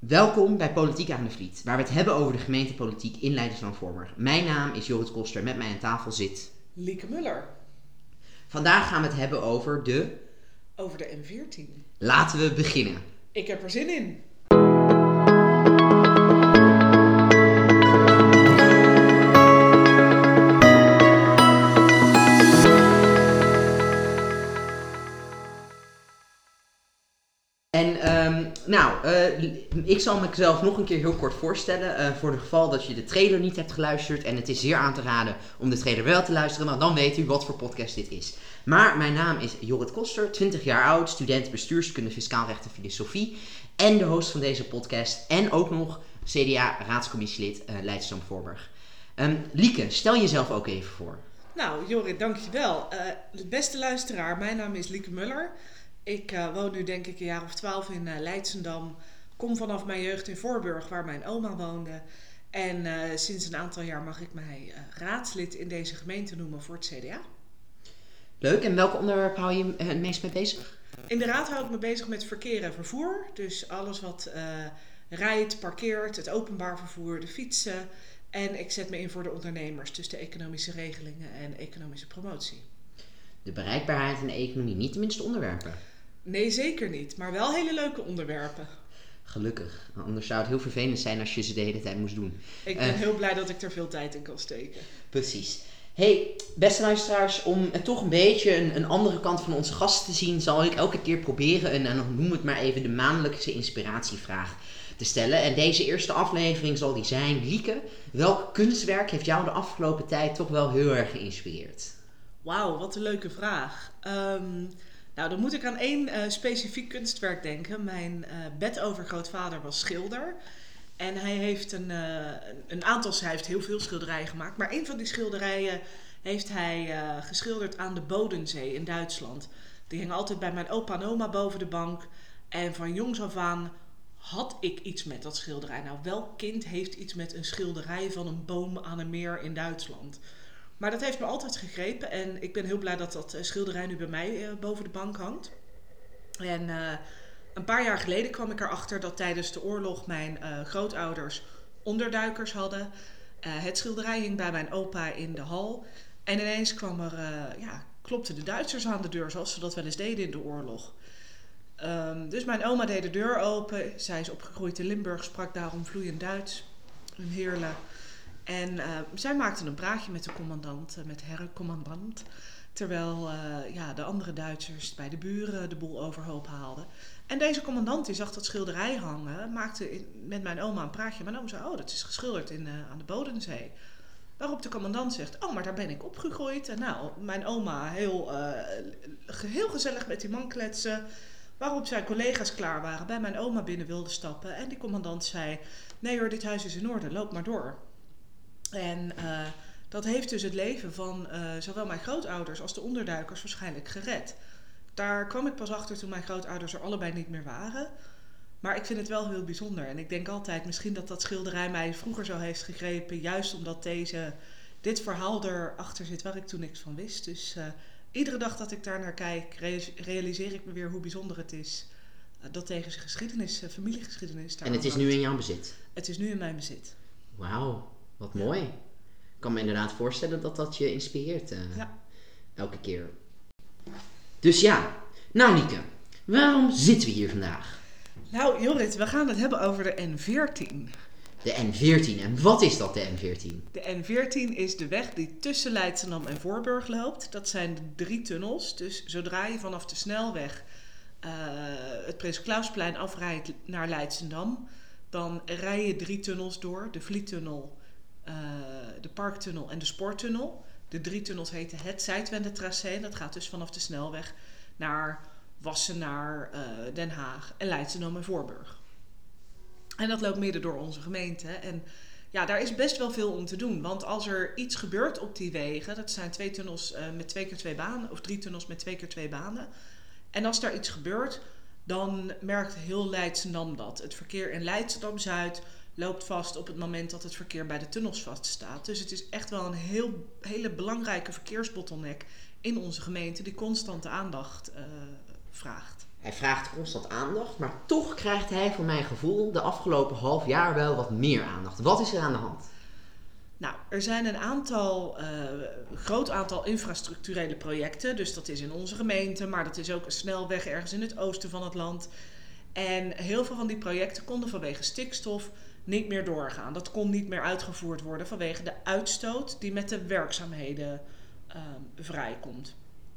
Welkom bij Politiek aan de Vliet, waar we het hebben over de gemeentepolitiek in Leidschendam-Voorburg. Mijn naam is Jorrit Koster, met mij aan tafel zit Lieke Muller. Vandaag gaan we het hebben over de N14. Laten we beginnen. Ik heb er zin in. Ik zal mezelf nog een keer heel kort voorstellen. Voor het geval dat je de trailer niet hebt geluisterd. En het is zeer aan te raden om de trailer wel te luisteren. Want dan weet u wat voor podcast dit is. Maar mijn naam is Jorrit Koster, 20 jaar oud. Student bestuurskunde, fiscaal recht en filosofie. En de host van deze podcast. En ook nog CDA raadscommissielid Leidschendam-Voorburg. Lieke, stel jezelf ook even voor. Nou, Jorrit, dankjewel. Beste luisteraar, mijn naam is Lieke Muller. Ik woon nu denk ik een jaar of 12 in Leidschendam. Kom vanaf mijn jeugd in Voorburg, waar mijn oma woonde. En sinds een aantal jaar mag ik mij raadslid in deze gemeente noemen voor het CDA. Leuk, en welk onderwerp hou je het meest mee bezig? In de raad hou ik me bezig met verkeer en vervoer. Dus alles wat rijdt, parkeert, het openbaar vervoer, de fietsen. En ik zet me in voor de ondernemers, dus de economische regelingen en economische promotie. De bereikbaarheid en de economie, niet de minste onderwerpen. Nee, zeker niet. Maar wel hele leuke onderwerpen. Gelukkig. Anders zou het heel vervelend zijn als je ze de hele tijd moest doen. Ik ben heel blij dat ik er veel tijd in kan steken. Precies. Hey, beste luisteraars, om toch een beetje een andere kant van onze gasten te zien, zal ik elke keer proberen en noem het maar even de maandelijkse inspiratievraag te stellen. En deze eerste aflevering zal die zijn: Lieke, welk kunstwerk heeft jou de afgelopen tijd toch wel heel erg geïnspireerd? Wauw, wat een leuke vraag. Dan moet ik aan één specifiek kunstwerk denken. Mijn bedovergrootvader was schilder. En hij heeft hij heeft heel veel schilderijen gemaakt. Maar een van die schilderijen heeft hij geschilderd aan de Bodensee in Duitsland. Die hing altijd bij mijn opa en oma boven de bank. En van jongs af aan had ik iets met dat schilderij. Nou, welk kind heeft iets met een schilderij van een boom aan een meer in Duitsland? Maar dat heeft me altijd gegrepen. En ik ben heel blij dat dat schilderij nu bij mij boven de bank hangt. En een paar jaar geleden kwam ik erachter dat tijdens de oorlog mijn grootouders onderduikers hadden. Het schilderij hing bij mijn opa in de hal. En ineens klopten de Duitsers aan de deur, zoals ze dat wel eens deden in de oorlog. Dus mijn oma deed de deur open. Zij is opgegroeid in Limburg, sprak daarom vloeiend Duits. Een heerlijk. En zij maakten een praatje met de commandant, met Herr Commandant. Terwijl de andere Duitsers bij de buren de boel overhoop haalden. En deze commandant die zag dat schilderij hangen, maakte met mijn oma een praatje. Mijn oma zei, dat is geschilderd aan de Bodensee. Waarop de commandant zegt, maar daar ben ik opgegroeid. En nou, mijn oma heel gezellig met die man kletsen. Waarop zijn collega's klaar waren, bij mijn oma binnen wilden stappen. En die commandant zei, nee hoor, dit huis is in orde, loop maar door. En dat heeft dus het leven van zowel mijn grootouders als de onderduikers waarschijnlijk gered. Daar kwam ik pas achter toen mijn grootouders er allebei niet meer waren. Maar ik vind het wel heel bijzonder. En ik denk altijd misschien dat schilderij mij vroeger zo heeft gegrepen. Juist omdat dit verhaal erachter zit waar ik toen niks van wist. Dus iedere dag dat ik daar naar kijk, realiseer ik me weer hoe bijzonder het is. Dat deze geschiedenis, familiegeschiedenis... En het is nu in jouw bezit? Het is nu in mijn bezit. Wauw. Wat mooi. Ik kan me inderdaad voorstellen dat je inspireert elke keer. Dus ja. Nou Lieke, waarom zitten we hier vandaag? Nou Jorrit, we gaan het hebben over de N14. De N14. En wat is dat, de N14? De N14 is de weg die tussen Leidschendam en Voorburg loopt. Dat zijn de 3 tunnels. Dus zodra je vanaf de snelweg het Prins Clausplein afrijdt naar Leidschendam, dan rij je 3 tunnels door. De Vliettunnel, de Parktunnel en de Spoortunnel. De 3 tunnels heten het Zijdwendetracé. En dat gaat dus vanaf de snelweg naar Wassenaar, Den Haag en Leidschendam en Voorburg. En dat loopt midden door onze gemeente. En ja, daar is best wel veel om te doen. Want als er iets gebeurt op die wegen, dat zijn 2 tunnels met 2 keer 2 banen, of 3 tunnels met 2 keer 2 banen. En als daar iets gebeurt, dan merkt heel Leidschendam dat. Het verkeer in Leidschendam-Zuid loopt vast op het moment dat het verkeer bij de tunnels vaststaat. Dus het is echt wel een hele belangrijke verkeersbottleneck in onze gemeente die constante aandacht vraagt. Hij vraagt constant aandacht, maar toch krijgt hij voor mijn gevoel de afgelopen half jaar wel wat meer aandacht. Wat is er aan de hand? Nou, er zijn een groot aantal infrastructurele projecten. Dus dat is in onze gemeente, maar dat is ook een snelweg ergens in het oosten van het land. En heel veel van die projecten konden vanwege stikstof niet meer doorgaan. Dat kon niet meer uitgevoerd worden vanwege de uitstoot die met de werkzaamheden vrijkomt.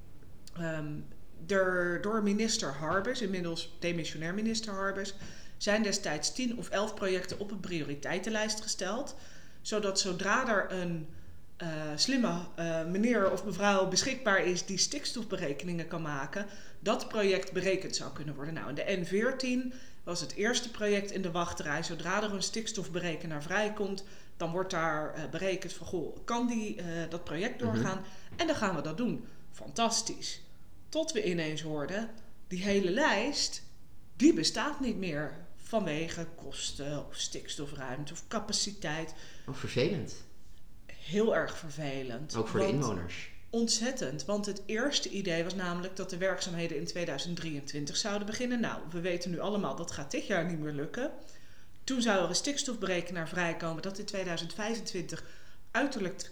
Door minister Harbers, inmiddels demissionair minister Harbers, zijn destijds 10 of 11 projecten op een prioriteitenlijst gesteld. Zodat zodra er een slimme meneer of mevrouw beschikbaar is die stikstofberekeningen kan maken, dat project berekend zou kunnen worden. Nou, de N14 was het eerste project in de wachtrij. Zodra er een stikstofberekenaar vrijkomt, dan wordt daar berekend van, goh, kan dat project doorgaan? En dan gaan we dat doen. Fantastisch. Tot we ineens hoorden, die hele lijst, die bestaat niet meer vanwege kosten of stikstofruimte of capaciteit. Oh, vervelend. Heel erg vervelend. Ook voor de inwoners. Ontzettend, want het eerste idee was namelijk dat de werkzaamheden in 2023 zouden beginnen. Nou, we weten nu allemaal dat gaat dit jaar niet meer lukken. Toen zou er een stikstofberekenaar vrijkomen dat in 2025, uiterlijk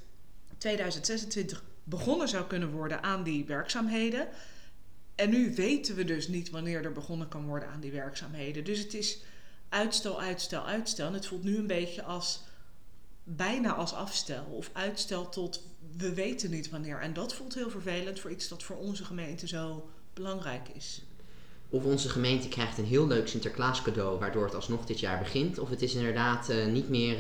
2026, begonnen zou kunnen worden aan die werkzaamheden. En nu weten we dus niet wanneer er begonnen kan worden aan die werkzaamheden. Dus het is uitstel. En het voelt nu een beetje bijna als afstel of uitstel tot we weten niet wanneer. En dat voelt heel vervelend voor iets dat voor onze gemeente zo belangrijk is. Of onze gemeente krijgt een heel leuk Sinterklaas cadeau waardoor het alsnog dit jaar begint. Of het is inderdaad niet meer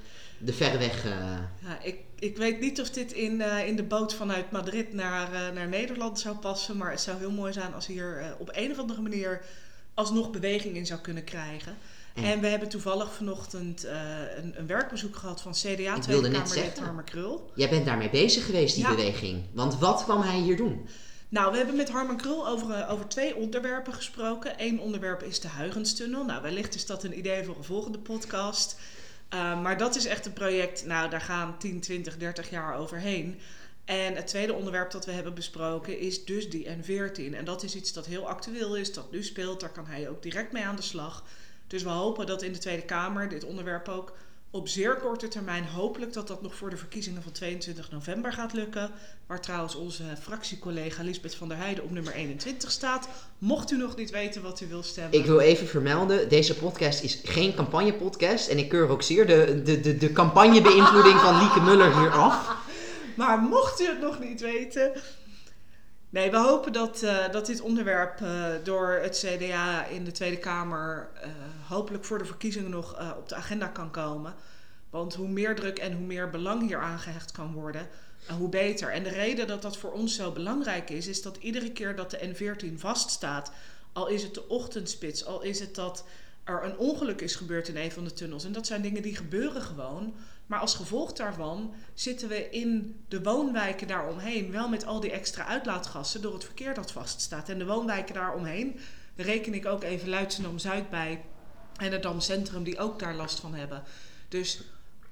de verre weg. Ja, ik weet niet of dit in de boot vanuit Madrid naar Nederland zou passen. Maar het zou heel mooi zijn als hier op een of andere manier alsnog beweging in zou kunnen krijgen. En we hebben toevallig vanochtend een werkbezoek gehad van CDA Tweede Kamerlid Harmer Krul. Jij bent daarmee bezig geweest, die beweging. Want wat kwam hij hier doen? Nou, we hebben met Harmer Krul over 2 onderwerpen gesproken. Eén onderwerp is de Huygenstunnel. Nou, wellicht is dat een idee voor een volgende podcast. Maar dat is echt een project, nou, daar gaan 10, 20, 30 jaar overheen. En het tweede onderwerp dat we hebben besproken is dus die N14. En dat is iets dat heel actueel is, dat nu speelt. Daar kan hij ook direct mee aan de slag. Dus we hopen dat in de Tweede Kamer dit onderwerp ook op zeer korte termijn, hopelijk dat nog voor de verkiezingen van 22 november gaat lukken. Waar trouwens onze fractiecollega Lisbeth van der Heijden op nummer 21 staat. Mocht u nog niet weten wat u wil stemmen. Ik wil even vermelden, deze podcast is geen campagnepodcast. En ik keur ook zeer de campagnebeïnvloeding van Lieke Muller hier af. Maar mocht u het nog niet weten. Nee, we hopen dat dit onderwerp door het CDA in de Tweede Kamer hopelijk voor de verkiezingen nog op de agenda kan komen. Want hoe meer druk en hoe meer belang hier aangehecht kan worden, hoe beter. En de reden dat dat voor ons zo belangrijk is dat iedere keer dat de N14 vaststaat, al is het de ochtendspits, al is het dat er een ongeluk is gebeurd in een van de tunnels. En dat zijn dingen die gebeuren gewoon. Maar als gevolg daarvan zitten we in de woonwijken daaromheen wel met al die extra uitlaatgassen door het verkeer dat vaststaat. En de woonwijken daaromheen, daar reken ik ook even Leidschendam-Zuid bij en het Dam Centrum die ook daar last van hebben. Dus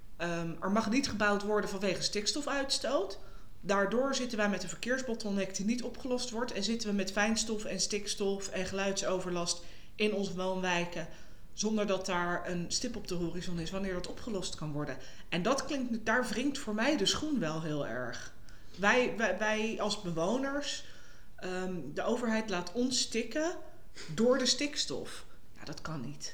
er mag niet gebouwd worden vanwege stikstofuitstoot. Daardoor zitten wij met een verkeersbottleneck die niet opgelost wordt en zitten we met fijnstof en stikstof en geluidsoverlast in onze woonwijken, zonder dat daar een stip op de horizon is wanneer dat opgelost kan worden. En dat klinkt, daar wringt voor mij de schoen wel heel erg. Wij als bewoners, de overheid laat ons stikken door de stikstof. Ja, dat kan niet.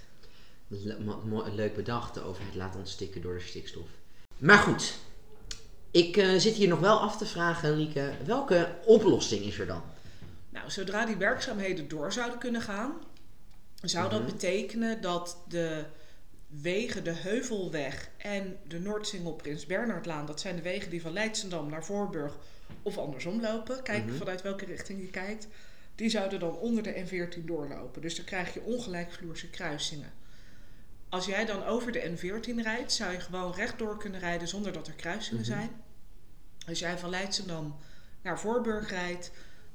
Leuk bedacht, de overheid laat ons stikken door de stikstof. Maar goed, ik zit hier nog wel af te vragen, Lieke, welke oplossing is er dan? Nou, zodra die werkzaamheden door zouden kunnen gaan, zou dat betekenen dat de wegen, de Heuvelweg en de Noordsingel-Prins Bernhardlaan, dat zijn de wegen die van Leidschendam naar Voorburg of andersom lopen, kijk vanuit welke richting je kijkt, die zouden dan onder de N14 doorlopen. Dus dan krijg je ongelijkvloerse kruisingen. Als jij dan over de N14 rijdt, zou je gewoon rechtdoor kunnen rijden zonder dat er kruisingen zijn. Als jij van Leidschendam naar Voorburg rijdt,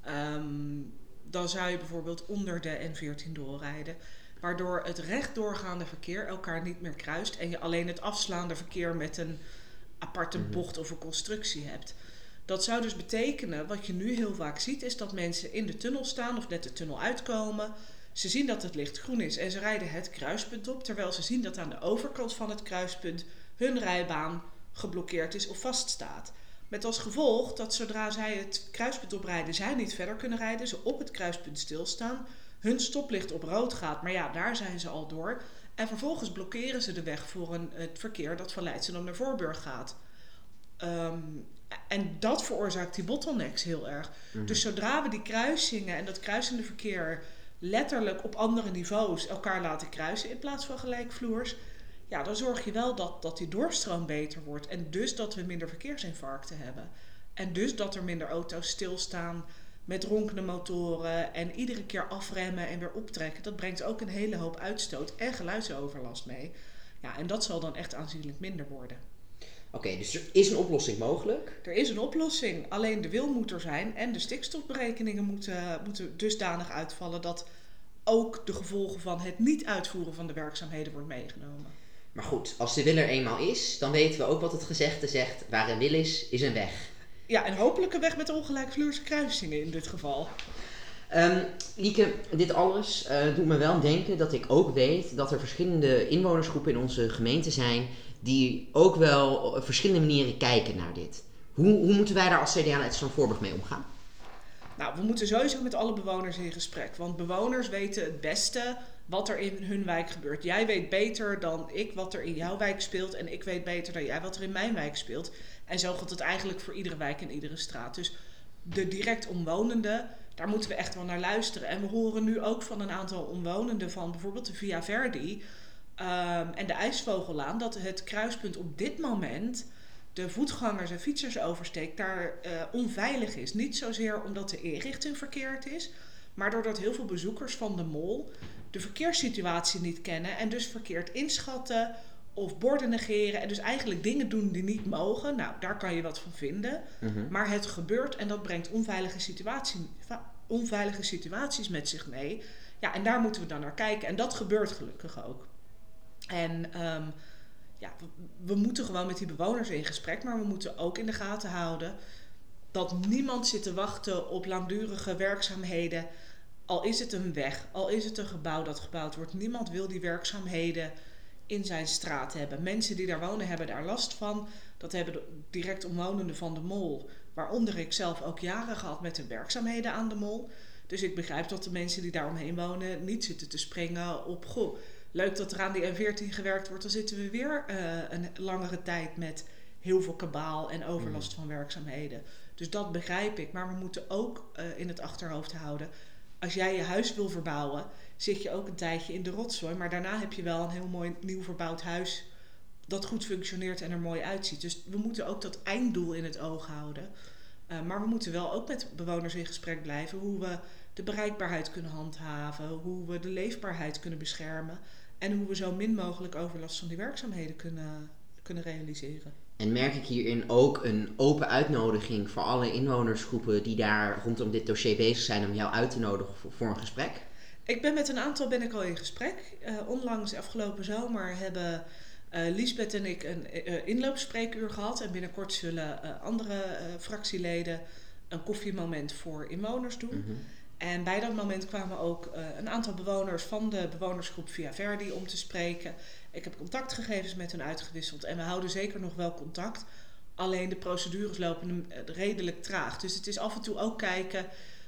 dan zou je bijvoorbeeld onder de N14 doorrijden, waardoor het rechtdoorgaande verkeer elkaar niet meer kruist en je alleen het afslaande verkeer met een aparte bocht of een constructie hebt. Dat zou dus betekenen, wat je nu heel vaak ziet, is dat mensen in de tunnel staan of net de tunnel uitkomen. Ze zien dat het licht groen is en ze rijden het kruispunt op, terwijl ze zien dat aan de overkant van het kruispunt hun rijbaan geblokkeerd is of vaststaat. Met als gevolg dat zodra zij het kruispunt oprijden, zij niet verder kunnen rijden, ze op het kruispunt stilstaan, hun stoplicht op rood gaat, maar ja, daar zijn ze al door. En vervolgens blokkeren ze de weg voor het verkeer dat van Leidschendam naar Voorburg gaat. En dat veroorzaakt die bottlenecks heel erg. Dus zodra we die kruisingen en dat kruisende verkeer letterlijk op andere niveaus elkaar laten kruisen in plaats van gelijkvloers, ja, dan zorg je wel dat die doorstroom beter wordt. En dus dat we minder verkeersinfarcten hebben. En dus dat er minder auto's stilstaan met ronkende motoren en iedere keer afremmen en weer optrekken. Dat brengt ook een hele hoop uitstoot en geluidsoverlast mee. Ja, en dat zal dan echt aanzienlijk minder worden. Oké, dus er is een oplossing mogelijk? Er is een oplossing, alleen de wil moet er zijn en de stikstofberekeningen moeten dusdanig uitvallen dat ook de gevolgen van het niet uitvoeren van de werkzaamheden wordt meegenomen. Maar goed, als de wil er eenmaal is, dan weten we ook wat het gezegde zegt. Waar een wil is een weg. Ja, en hopelijk een weg met ongelijkvloerse kruisingen in dit geval. Lieke, dit alles doet me wel denken dat ik ook weet dat er verschillende inwonersgroepen in onze gemeente zijn die ook wel op verschillende manieren kijken naar dit. Hoe moeten wij daar als CDA Leidschendam Voorburg mee omgaan? Nou, we moeten sowieso met alle bewoners in gesprek. Want bewoners weten het beste wat er in hun wijk gebeurt. Jij weet beter dan ik wat er in jouw wijk speelt. En ik weet beter dan jij wat er in mijn wijk speelt. En zo gaat het eigenlijk voor iedere wijk en iedere straat. Dus de direct omwonenden, daar moeten we echt wel naar luisteren. En we horen nu ook van een aantal omwonenden van bijvoorbeeld de Via Verdi en de IJsvogellaan, dat het kruispunt op dit moment de voetgangers en fietsers oversteekt, daar onveilig is. Niet zozeer omdat de inrichting verkeerd is, maar doordat heel veel bezoekers van de Mol de verkeerssituatie niet kennen en dus verkeerd inschatten of borden negeren en dus eigenlijk dingen doen die niet mogen. Nou, daar kan je wat van vinden. Maar het gebeurt en dat brengt onveilige situaties met zich mee. Ja, en daar moeten we dan naar kijken. En dat gebeurt gelukkig ook. En we moeten gewoon met die bewoners in gesprek, maar we moeten ook in de gaten houden dat niemand zit te wachten op langdurige werkzaamheden. Al is het een weg, al is het een gebouw dat gebouwd wordt. Niemand wil die werkzaamheden in zijn straat hebben. Mensen die daar wonen hebben daar last van. Dat hebben de direct omwonenden van de Mol, waaronder ik zelf ook jaren gehad met de werkzaamheden aan de Mol. Dus ik begrijp dat de mensen die daar omheen wonen niet zitten te springen op, goh, leuk dat er aan die N14 gewerkt wordt. Dan zitten we weer een langere tijd met heel veel kabaal en overlast van werkzaamheden. Dus dat begrijp ik. Maar we moeten ook in het achterhoofd houden, als jij je huis wil verbouwen, zit je ook een tijdje in de rotzooi. Maar daarna heb je wel een heel mooi nieuw verbouwd huis dat goed functioneert en er mooi uitziet. Dus we moeten ook dat einddoel in het oog houden. Maar we moeten wel ook met bewoners in gesprek blijven hoe we de bereikbaarheid kunnen handhaven, hoe we de leefbaarheid kunnen beschermen en hoe we zo min mogelijk overlast van die werkzaamheden kunnen realiseren. En merk ik hierin ook een open uitnodiging voor alle inwonersgroepen die daar rondom dit dossier bezig zijn om jou uit te nodigen voor een gesprek? Ik ben met een aantal al in gesprek. Onlangs afgelopen zomer hebben Liesbeth en ik een inloopspreekuur gehad. En binnenkort zullen andere fractieleden een koffiemoment voor inwoners doen. En bij dat moment kwamen ook een aantal bewoners van de bewonersgroep Via Verdi om te spreken. Ik heb contactgegevens met hen uitgewisseld en we houden zeker nog wel contact. Alleen de procedures lopen redelijk traag. Dus het is af en toe ook kijken,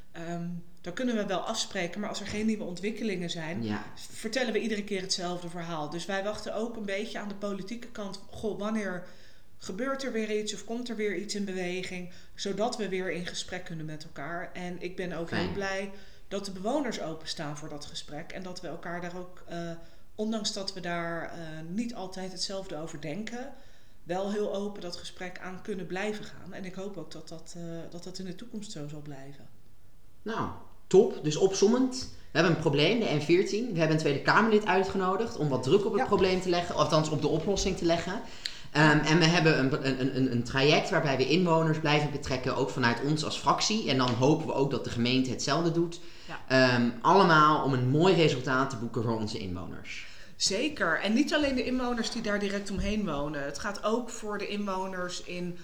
dan kunnen we wel afspreken. Maar als er geen nieuwe ontwikkelingen zijn, vertellen we iedere keer hetzelfde verhaal. Dus wij wachten ook een beetje aan de politieke kant. Goh, wanneer gebeurt er weer iets of komt er weer iets in beweging, zodat we weer in gesprek kunnen met elkaar. En ik ben ook heel blij dat de bewoners openstaan voor dat gesprek en dat we elkaar daar ook, ondanks dat we daar niet altijd hetzelfde over denken, wel heel open dat gesprek aan kunnen blijven gaan. En ik hoop ook dat in de toekomst zo zal blijven. Nou, top. Dus opzommend, we hebben een probleem, de N14. We hebben een Tweede Kamerlid uitgenodigd om wat druk op het probleem te leggen, of althans op de oplossing te leggen. En we hebben een traject waarbij we inwoners blijven betrekken, ook vanuit ons als fractie. En dan hopen we ook dat de gemeente hetzelfde doet. Allemaal om een mooi resultaat te boeken voor onze inwoners. Zeker. En niet alleen de inwoners die daar direct omheen wonen. Het gaat ook voor de inwoners in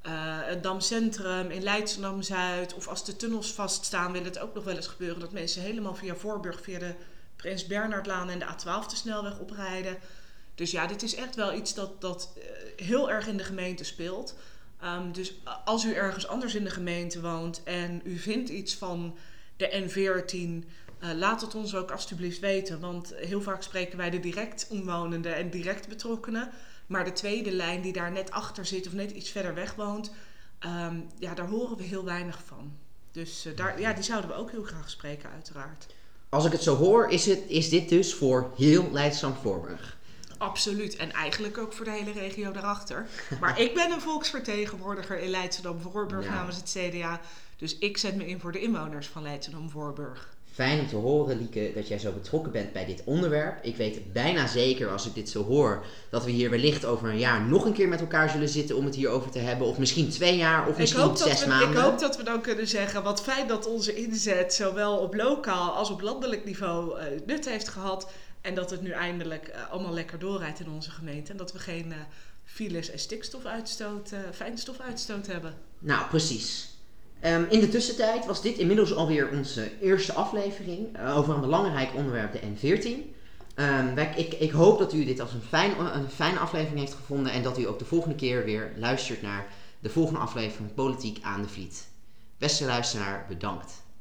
het Dam Centrum, in Leidschendam-Zuid. Of als de tunnels vaststaan, wil het ook nog wel eens gebeuren dat mensen helemaal via Voorburg, via de Prins Bernhardlaan en de A12 de snelweg oprijden. Dus ja, dit is echt wel iets dat heel erg in de gemeente speelt. Dus als u ergens anders in de gemeente woont en u vindt iets van de N14, laat het ons ook alstublieft weten. Want heel vaak spreken wij de direct omwonenden en direct betrokkenen. Maar de tweede lijn die daar net achter zit of net iets verder weg woont, daar horen we heel weinig van. Dus die zouden we ook heel graag spreken uiteraard. Als ik het zo hoor, is dit dus voor heel Leidschendam-Voorburg. Absoluut. En eigenlijk ook voor de hele regio daarachter. Maar ik ben een volksvertegenwoordiger in Leidschendam-Voorburg namens het CDA. Dus ik zet me in voor de inwoners van Leidschendam-Voorburg. Fijn om te horen, Lieke, dat jij zo betrokken bent bij dit onderwerp. Ik weet bijna zeker, als ik dit zo hoor, dat we hier wellicht over een jaar nog een keer met elkaar zullen zitten om het hierover te hebben. Of misschien 2 jaar, of misschien 6 maanden. Ik hoop dat we dan kunnen zeggen, wat fijn dat onze inzet zowel op lokaal als op landelijk niveau nut heeft gehad. En dat het nu eindelijk allemaal lekker doorrijdt in onze gemeente. En dat we geen files en fijnstofuitstoot hebben. Nou, precies. In de tussentijd was dit inmiddels alweer onze eerste aflevering over een belangrijk onderwerp, de N14. Ik hoop dat u dit als een fijne aflevering heeft gevonden en dat u ook de volgende keer weer luistert naar de volgende aflevering Politiek aan de Vliet. Beste luisteraar, bedankt.